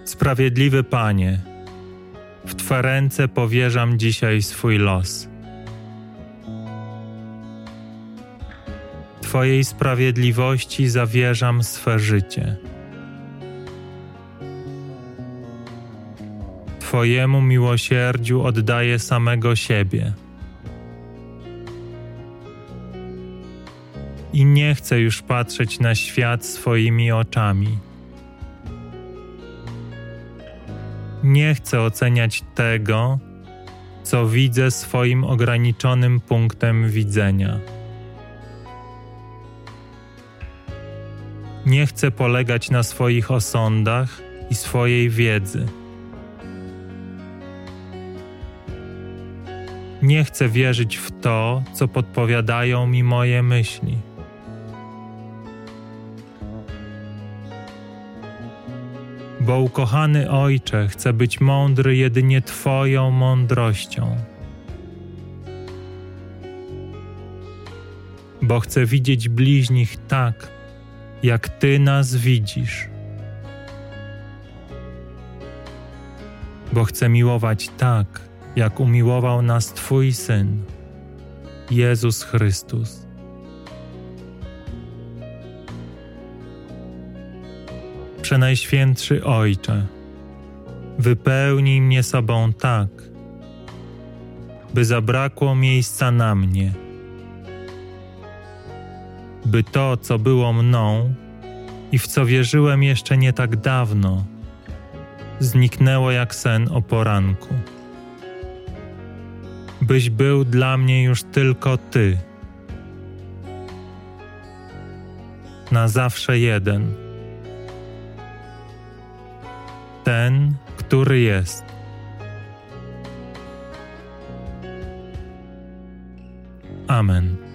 Sprawiedliwy Panie, w Twe ręce powierzam dzisiaj swój los. Twojej sprawiedliwości zawierzam swe życie. Twojemu miłosierdziu oddaję samego siebie. I nie chcę już patrzeć na świat swoimi oczami. Nie chcę oceniać tego, co widzę swoim ograniczonym punktem widzenia. Nie chcę polegać na swoich osądach i swojej wiedzy. Nie chcę wierzyć w to, co podpowiadają mi moje myśli. Bo ukochany Ojcze, chcę być mądry jedynie Twoją mądrością. Bo chcę widzieć bliźnich tak, jak Ty nas widzisz. Bo chcę miłować tak, jak umiłował nas Twój Syn, Jezus Chrystus. Przenajświętszy Ojcze, wypełnij mnie sobą tak, by zabrakło miejsca na mnie, by to, co było mną i w co wierzyłem jeszcze nie tak dawno, zniknęło jak sen o poranku. Byś był dla mnie już tylko Ty, na zawsze jeden, ten, który jest. Amen.